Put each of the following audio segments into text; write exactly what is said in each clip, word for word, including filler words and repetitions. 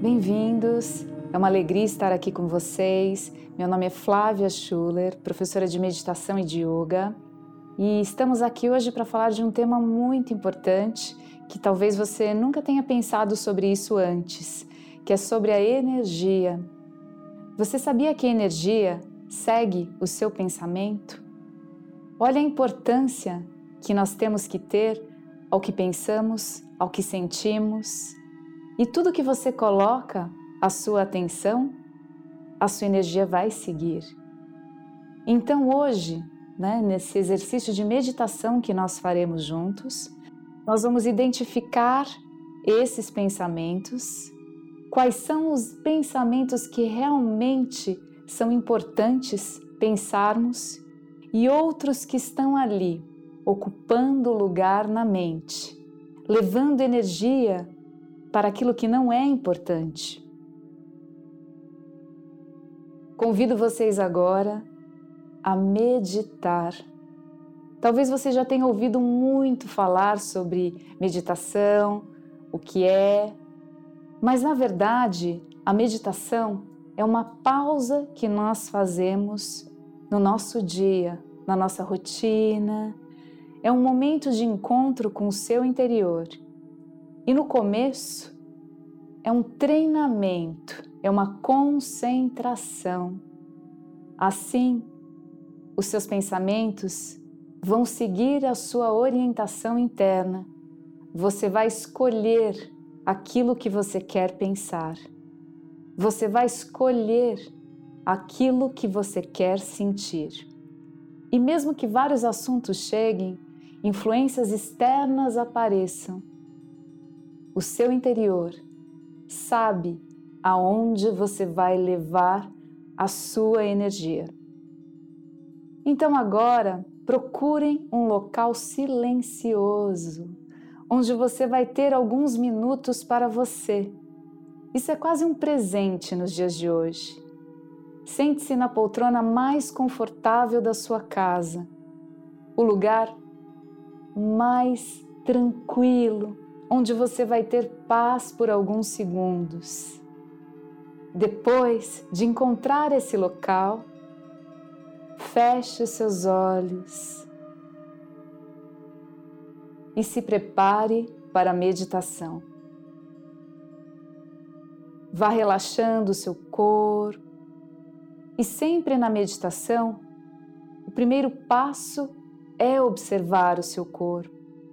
Bem-vindos, é uma alegria estar aqui com vocês. Meu nome é Flávia Schuller, professora de meditação e de yoga, e estamos aqui hoje para falar de um tema muito importante que talvez você nunca tenha pensado sobre isso antes, que é sobre a energia. Você sabia que a energia segue o seu pensamento? Olha a importância que nós temos que ter ao que pensamos, ao que sentimos. E tudo que você coloca a sua atenção, a sua energia vai seguir. Então hoje, né, nesse exercício de meditação que nós faremos juntos, nós vamos identificar esses pensamentos, quais são os pensamentos que realmente são importantes pensarmos e outros que estão ali, ocupando lugar na mente, levando energia para aquilo que não é importante. Convido vocês agora a meditar. Talvez você já tenha ouvido muito falar sobre meditação, o que é, mas na verdade a meditação é uma pausa que nós fazemos no nosso dia, na nossa rotina. É um momento de encontro com o seu interior. E no começo, é um treinamento, é uma concentração. Assim, os seus pensamentos vão seguir a sua orientação interna. Você vai escolher aquilo que você quer pensar. Você vai escolher aquilo que você quer sentir. E mesmo que vários assuntos cheguem, influências externas apareçam, o seu interior sabe aonde você vai levar a sua energia. Então agora, procurem um local silencioso, onde você vai ter alguns minutos para você. Isso é quase um presente nos dias de hoje. Sente-se na poltrona mais confortável da sua casa, o lugar mais tranquilo, onde você vai ter paz por alguns segundos. Depois de encontrar esse local, feche os seus olhos e se prepare para a meditação. Vá relaxando o seu corpo e sempre na meditação, o primeiro passo é observar o seu corpo.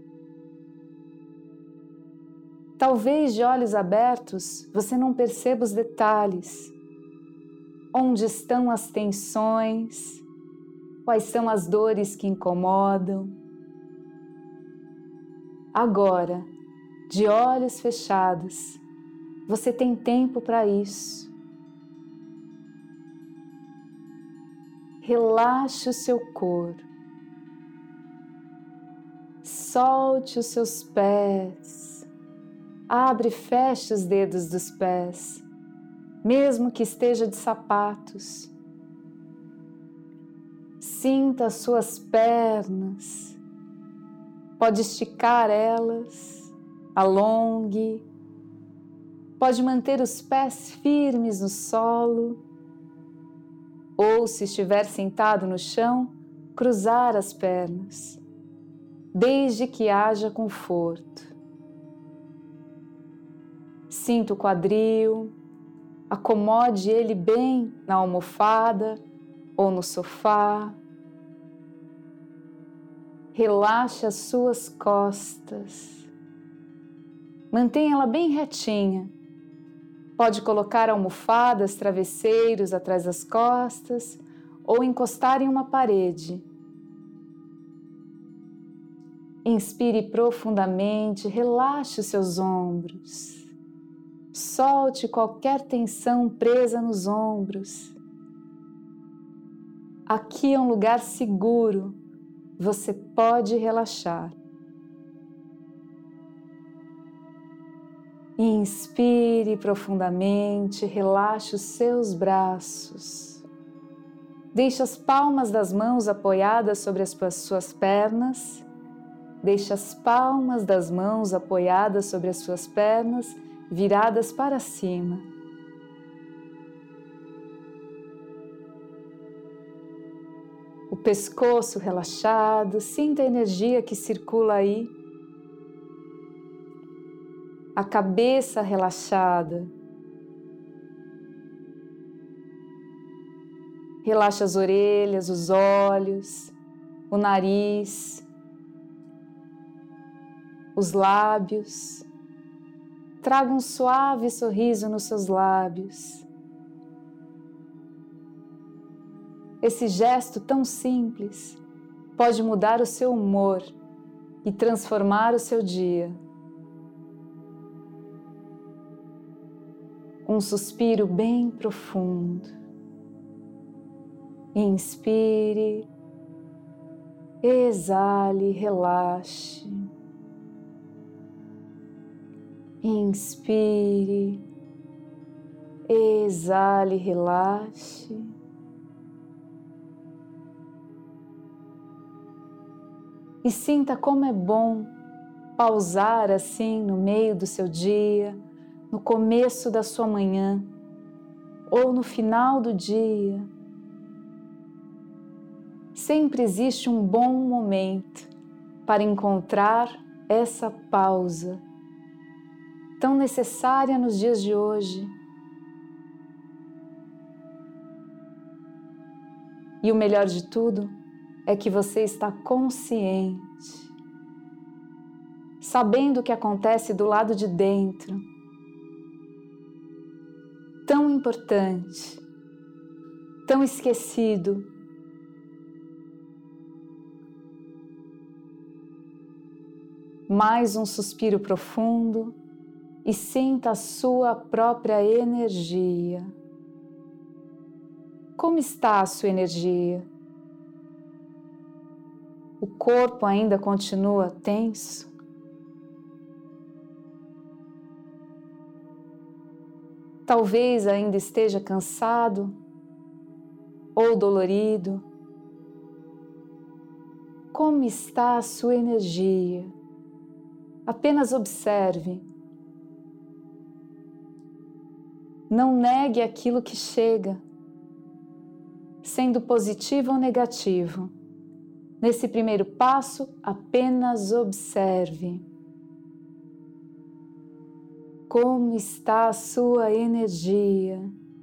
Talvez de olhos abertos você não perceba os detalhes. Onde estão as tensões? Quais são as dores que incomodam? Agora, de olhos fechados, você tem tempo para isso. Relaxe o seu corpo. Solte os seus pés. Abre e feche os dedos dos pés, mesmo que esteja de sapatos. Sinta as suas pernas. Pode esticar elas, alongue. Pode manter os pés firmes no solo. Ou, se estiver sentado no chão, cruzar as pernas, desde que haja conforto. Sinta o quadril, acomode ele bem na almofada ou no sofá. Relaxe as suas costas. Mantenha ela bem retinha. Pode colocar almofadas, travesseiros atrás das costas ou encostar em uma parede. Inspire profundamente, relaxe os seus ombros. Solte qualquer tensão presa nos ombros. Aqui é um lugar seguro, você pode relaxar. Inspire profundamente, relaxe os seus braços. Deixe as palmas das mãos apoiadas sobre as suas pernas. Deixe as palmas das mãos apoiadas sobre as suas pernas viradas para cima. O pescoço relaxado, sinta a energia que circula aí. A cabeça relaxada. Relaxa as orelhas, os olhos, o nariz, os lábios. Traga um suave sorriso nos seus lábios. Esse gesto tão simples pode mudar o seu humor e transformar o seu dia. Um suspiro bem profundo. Inspire, exale, relaxe. Inspire, exale, relaxe. E sinta como é bom pausar assim no meio do seu dia, no começo da sua manhã ou no final do dia. Sempre existe um bom momento para encontrar essa pausa tão necessária nos dias de hoje. E o melhor de tudo é que você está consciente, sabendo o que acontece do lado de dentro. Tão importante, tão esquecido. Mais um suspiro profundo e sinta a sua própria energia. Como está a sua energia? O corpo ainda continua tenso? Talvez ainda esteja cansado ou dolorido. Como está a sua energia? Apenas observe. Não negue aquilo que chega, sendo positivo ou negativo. Nesse primeiro passo, apenas observe. Como está a sua energia?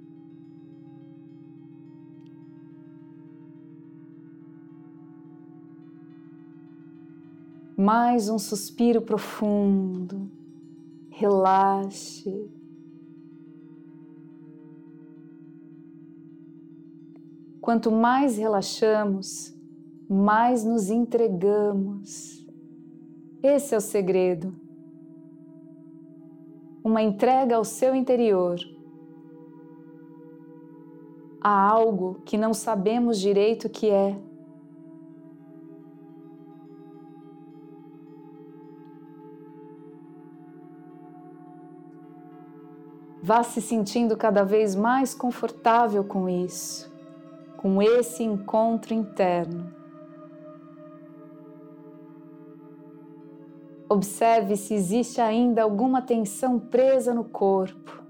Mais um suspiro profundo. Relaxe. Quanto mais relaxamos, mais nos entregamos. Esse é o segredo. Uma entrega ao seu interior. Há algo que não sabemos direito o que é. Vá se sentindo cada vez mais confortável com isso, com esse encontro interno. Observe se existe ainda alguma tensão presa no corpo.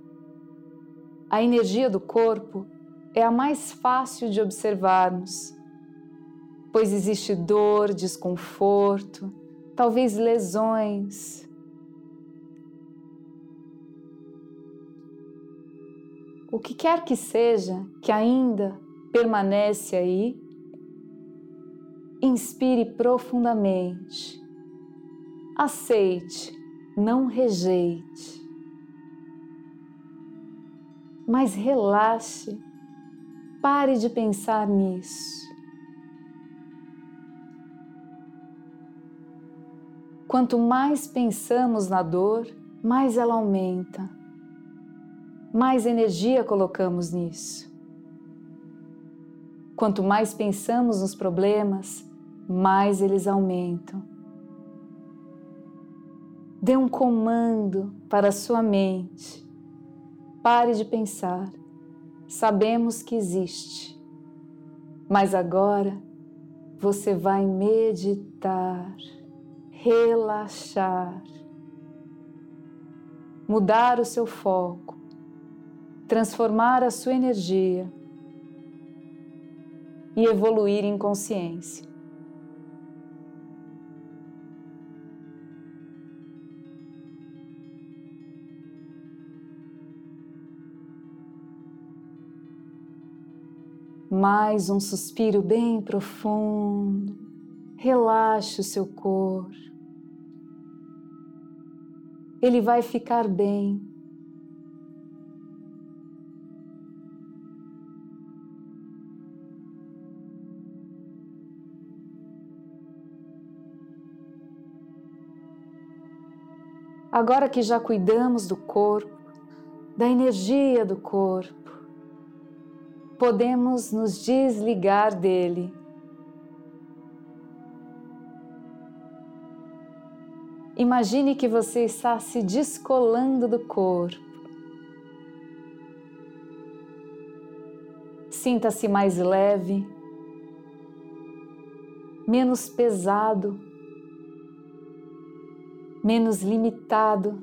A energia do corpo é a mais fácil de observarmos, pois existe dor, desconforto, talvez lesões. O que quer que seja que ainda permanece aí, inspire profundamente. Aceite, não rejeite. Mas relaxe, pare de pensar nisso. Quanto mais pensamos na dor, mais ela aumenta. Mais energia colocamos nisso. Quanto mais pensamos nos problemas, mais eles aumentam. Dê um comando para a sua mente. Pare de pensar. Sabemos que existe. Mas agora você vai meditar, relaxar. mudar o seu foco, transformar a sua energia e evoluir em consciência. Mais um suspiro bem profundo. Relaxe o seu corpo. Ele vai ficar bem. Agora que já cuidamos do corpo, da energia do corpo, podemos nos desligar dele. Imagine que você está se descolando do corpo. Sinta-se mais leve, menos pesado, menos limitado.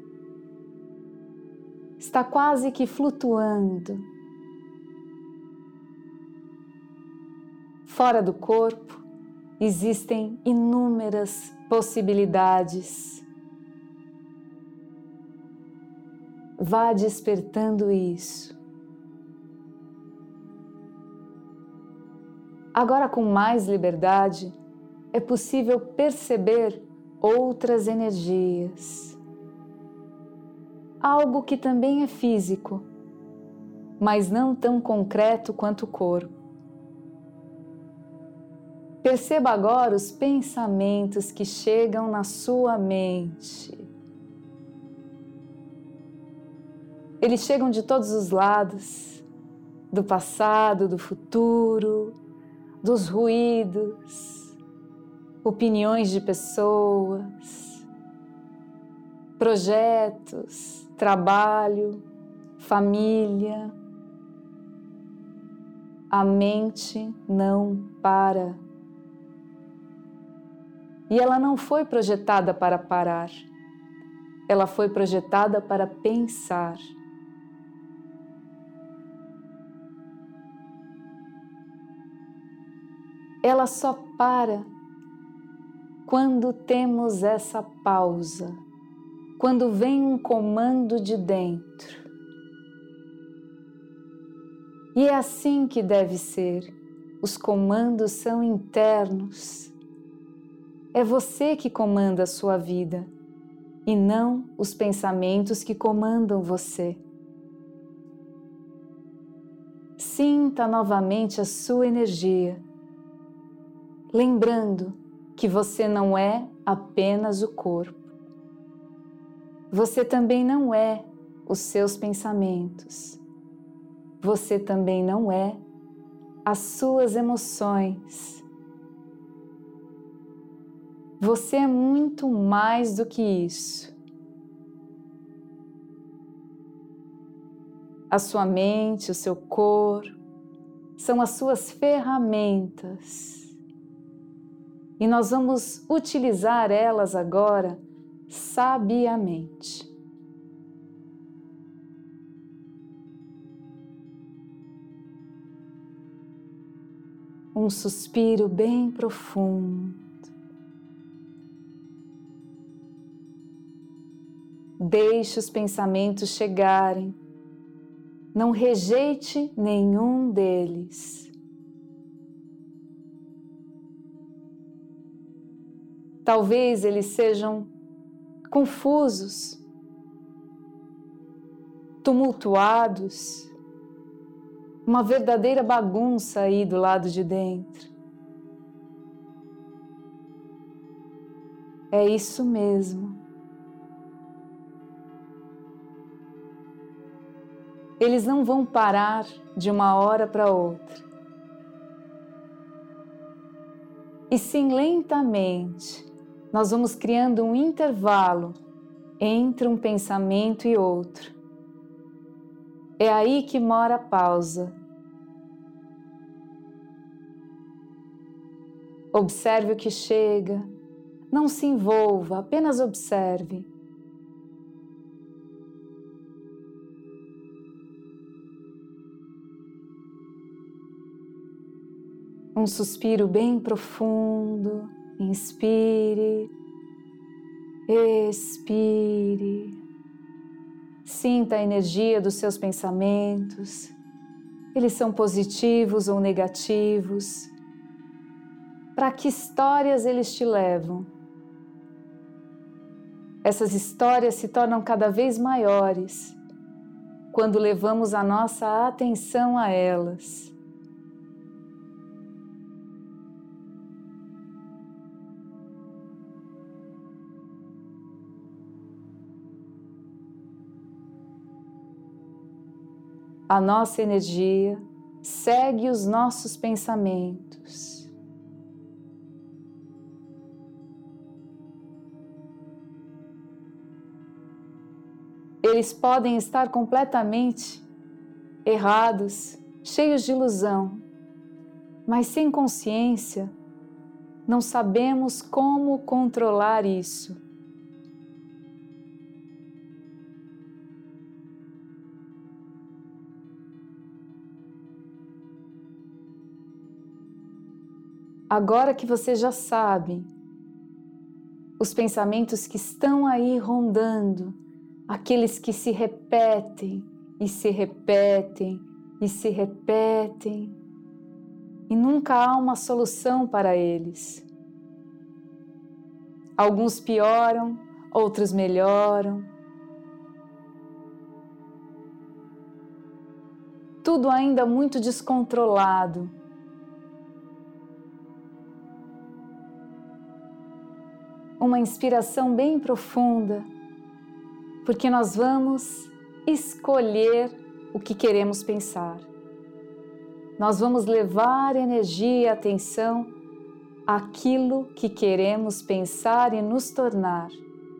Está quase que flutuando. Fora do corpo existem inúmeras possibilidades. Vá despertando isso. Agora, com mais liberdade, é possível perceber outras energias. Algo que também é físico, mas não tão concreto quanto o corpo. Perceba agora os pensamentos que chegam na sua mente. Eles chegam de todos os lados, do passado, do futuro, dos ruídos, opiniões de pessoas, projetos, trabalho, família. A mente não para. E ela não foi projetada para parar. Ela foi projetada para pensar. Ela só para quando temos essa pausa, quando vem um comando de dentro. E é assim que deve ser. Os comandos são internos. É você que comanda a sua vida e não os pensamentos que comandam você. Sinta novamente a sua energia, lembrando que você não é apenas o corpo. Você também não é os seus pensamentos. Você também não é as suas emoções. Você é muito mais do que isso. A sua mente, o seu corpo, são as suas ferramentas. E nós vamos utilizar elas agora sabiamente. Um suspiro bem profundo. Deixe os pensamentos chegarem. Não rejeite nenhum deles. Talvez eles sejam confusos, tumultuados, uma verdadeira bagunça aí do lado de dentro. É isso mesmo. Eles não vão parar de uma hora para outra. E sim, lentamente, nós vamos criando um intervalo entre um pensamento e outro. É aí que mora a pausa. Observe o que chega, não se envolva, apenas observe. Um suspiro bem profundo. Inspire, expire. Sinta a energia dos seus pensamentos. Eles são positivos ou negativos? Para que histórias eles te levam? Essas histórias se tornam cada vez maiores quando levamos a nossa atenção a elas. A nossa energia segue os nossos pensamentos. Eles podem estar completamente errados, cheios de ilusão, mas sem consciência, não sabemos como controlar isso. Agora que você já sabe os pensamentos que estão aí rondando, aqueles que se repetem e se repetem e se repetem, e nunca há uma solução para eles. Alguns pioram, outros melhoram. Tudo ainda muito descontrolado. Uma inspiração bem profunda, porque nós vamos escolher o que queremos pensar. Nós vamos levar energia e atenção àquilo que queremos pensar e nos tornar.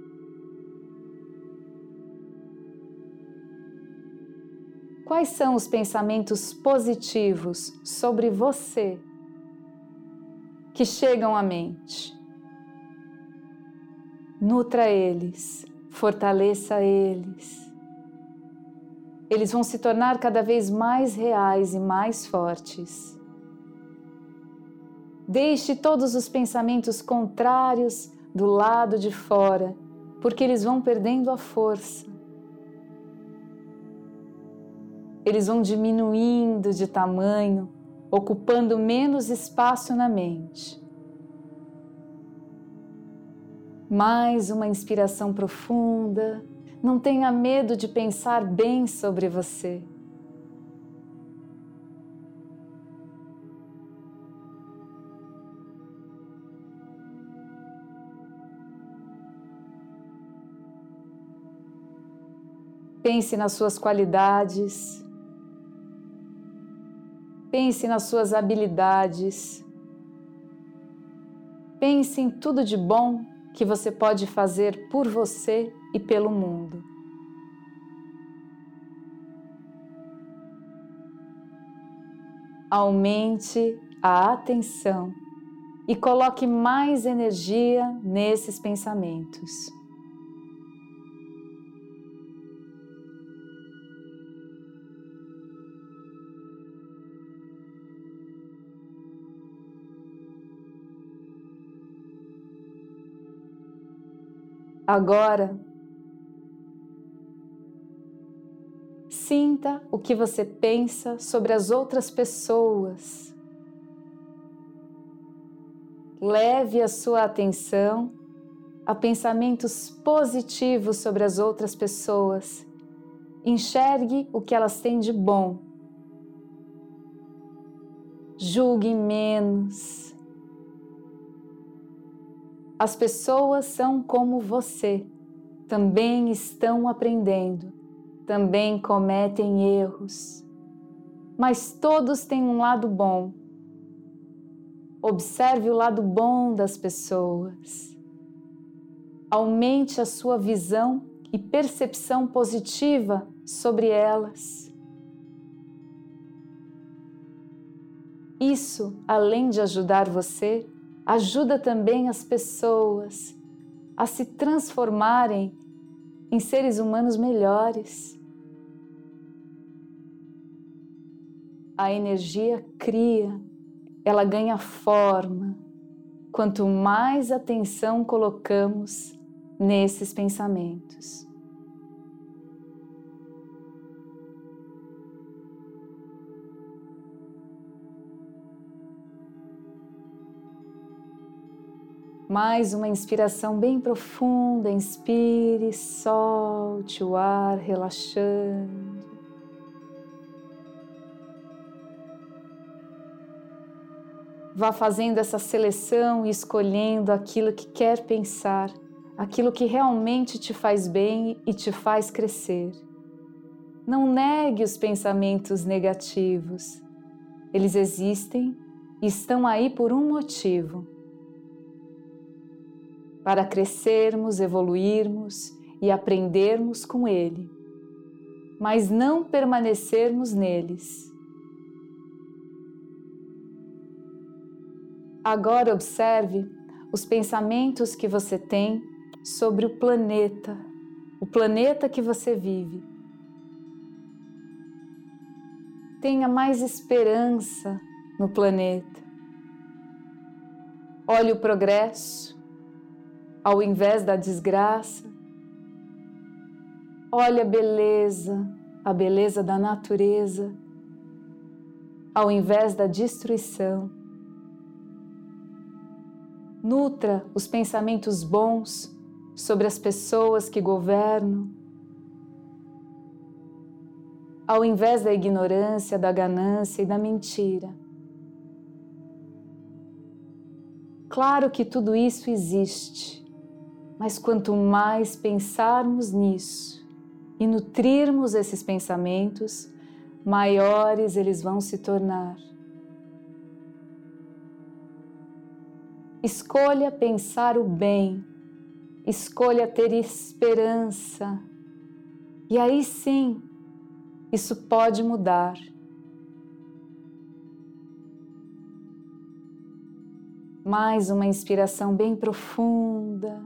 Quais são os pensamentos positivos sobre você que chegam à mente? Nutra eles, fortaleça eles. Eles vão se tornar cada vez mais reais e mais fortes. Deixe todos os pensamentos contrários do lado de fora, porque eles vão perdendo a força. Eles vão diminuindo de tamanho, ocupando menos espaço na mente. Mais uma inspiração profunda. Não tenha medo de pensar bem sobre você. Pense nas suas qualidades. Pense nas suas habilidades. Pense em tudo de bom que você pode fazer por você e pelo mundo. Aumente a atenção e coloque mais energia nesses pensamentos. Agora, sinta o que você pensa sobre as outras pessoas. Leve a sua atenção a pensamentos positivos sobre as outras pessoas. Enxergue o que elas têm de bom. Julgue menos. As pessoas são como você, também estão aprendendo, também cometem erros, mas todos têm um lado bom. Observe o lado bom das pessoas. Aumente a sua visão e percepção positiva sobre elas. Isso, além de ajudar você, ajuda também as pessoas a se transformarem em seres humanos melhores. A energia cria, ela ganha forma quanto mais atenção colocamos nesses pensamentos. Mais uma inspiração bem profunda, inspire, solte o ar relaxando. Vá fazendo essa seleção e escolhendo aquilo que quer pensar, aquilo que realmente te faz bem e te faz crescer. Não negue os pensamentos negativos. Eles existem e estão aí por um motivo. Para crescermos, evoluirmos e aprendermos com ele, mas não permanecermos neles. Agora observe os pensamentos que você tem sobre o planeta, o planeta que você vive. Tenha mais esperança no planeta. Olhe o progresso ao invés da desgraça. Olhe a beleza, a beleza da natureza, ao invés da destruição. Nutra os pensamentos bons sobre as pessoas que governam, ao invés da ignorância, da ganância e da mentira. Claro que tudo isso existe, mas quanto mais pensarmos nisso e nutrirmos esses pensamentos, maiores eles vão se tornar. Escolha pensar o bem, escolha ter esperança, e aí sim, isso pode mudar. Mais uma inspiração bem profunda.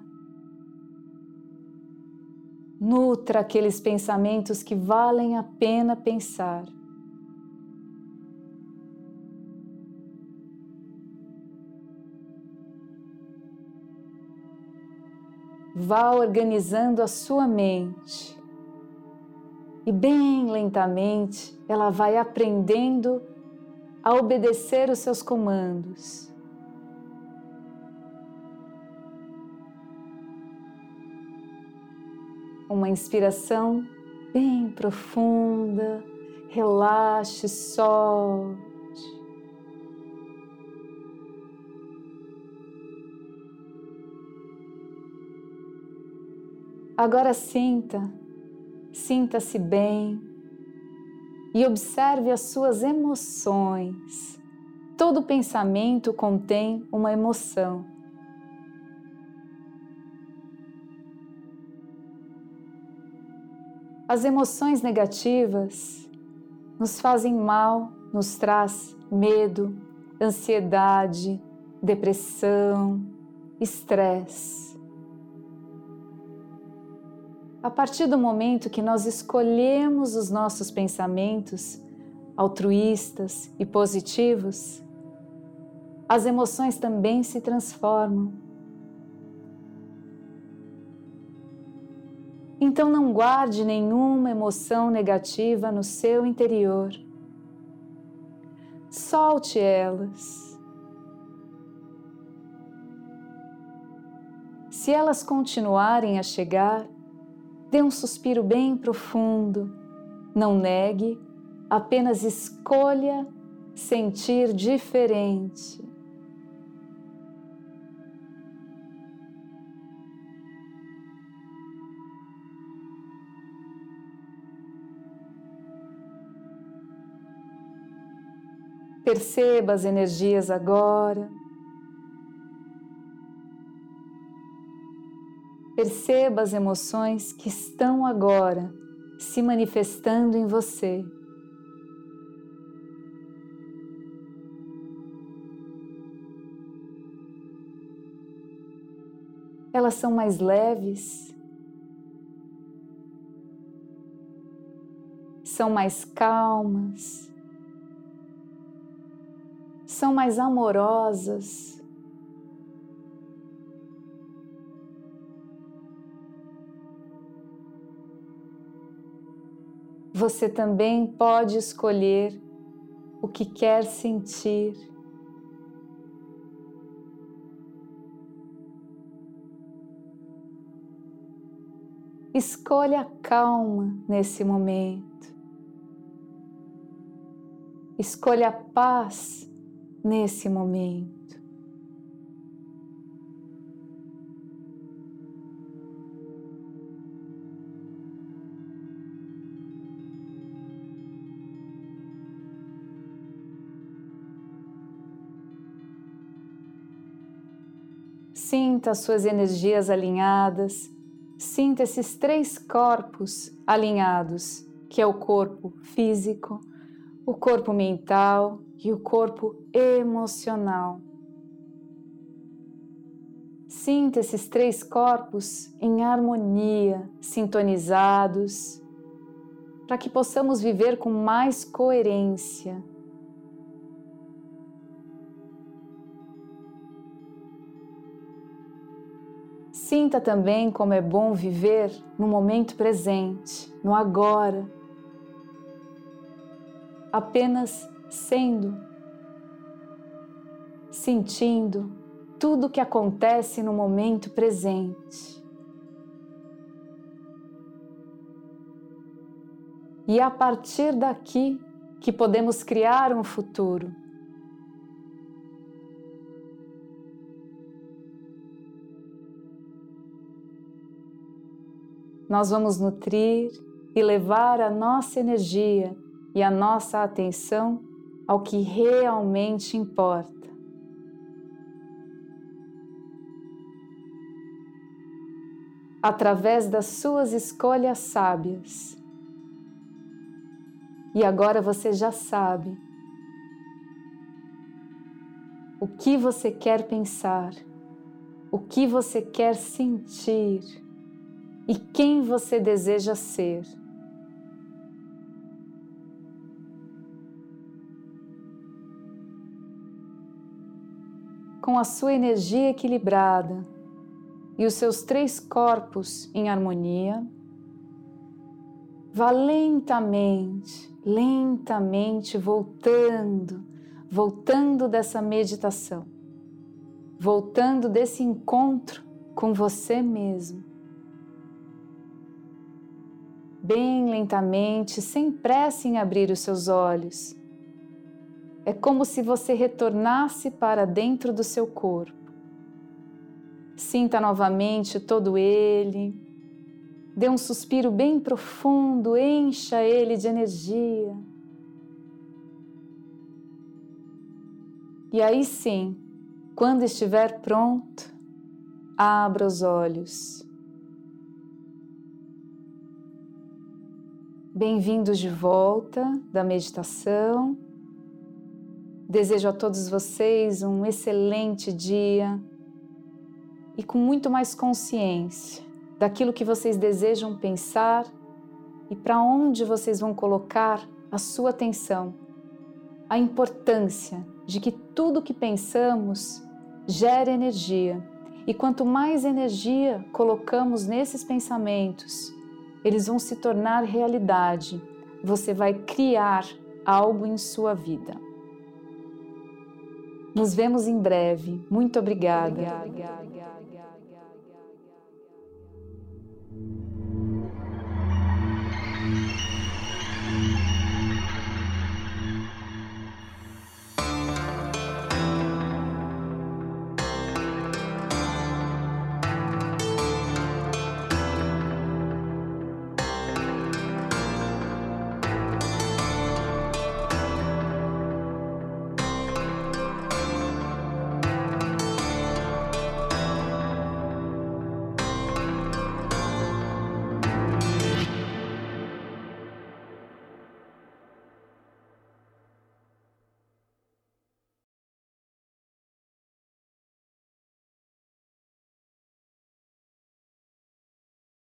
Nutra aqueles pensamentos que valem a pena pensar. Vá organizando a sua mente e bem lentamente ela vai aprendendo a obedecer os seus comandos. Uma inspiração bem profunda, relaxe, solte. Agora sinta, sinta-se bem e observe as suas emoções. Todo pensamento contém uma emoção. As emoções negativas nos fazem mal, nos traz medo, ansiedade, depressão, estresse. A partir do momento que nós escolhemos os nossos pensamentos altruístas e positivos, as emoções também se transformam. Então não guarde nenhuma emoção negativa no seu interior. Solte elas. Se elas continuarem a chegar, dê um suspiro bem profundo. Não negue, apenas escolha sentir diferente. Perceba as energias agora. Perceba as emoções que estão agora se manifestando em você. Elas são mais leves, são mais calmas, são mais amorosas. Você também pode escolher o que quer sentir. Escolha a calma nesse momento. Escolha a paz nesse momento. Sinta as suas energias alinhadas. Sinta esses três corpos alinhados, que é o corpo físico, o corpo mental e o corpo emocional. Sinta esses três corpos em harmonia, sintonizados, para que possamos viver com mais coerência. Sinta também como é bom viver no momento presente, no agora, apenas sendo, sentindo tudo o que acontece no momento presente. E é a partir daqui que podemos criar um futuro. Nós vamos nutrir e levar a nossa energia e a nossa atenção ao que realmente importa. Através das suas escolhas sábias. E agora você já sabe o que você quer pensar, o que você quer sentir e quem você deseja ser. Com a sua energia equilibrada e os seus três corpos em harmonia, vá lentamente, lentamente voltando, voltando dessa meditação, voltando desse encontro com você mesmo. Bem lentamente, sem pressa em abrir os seus olhos. É como se você retornasse para dentro do seu corpo. Sinta novamente todo ele. Dê um suspiro bem profundo, encha ele de energia. E aí sim, quando estiver pronto, abra os olhos. Bem-vindos de volta da meditação. Desejo a todos vocês um excelente dia e com muito mais consciência daquilo que vocês desejam pensar e para onde vocês vão colocar a sua atenção. A importância de que tudo que pensamos gera energia e quanto mais energia colocamos nesses pensamentos, eles vão se tornar realidade. Você vai criar algo em sua vida. Nos vemos em breve. Muito obrigada. Obrigada.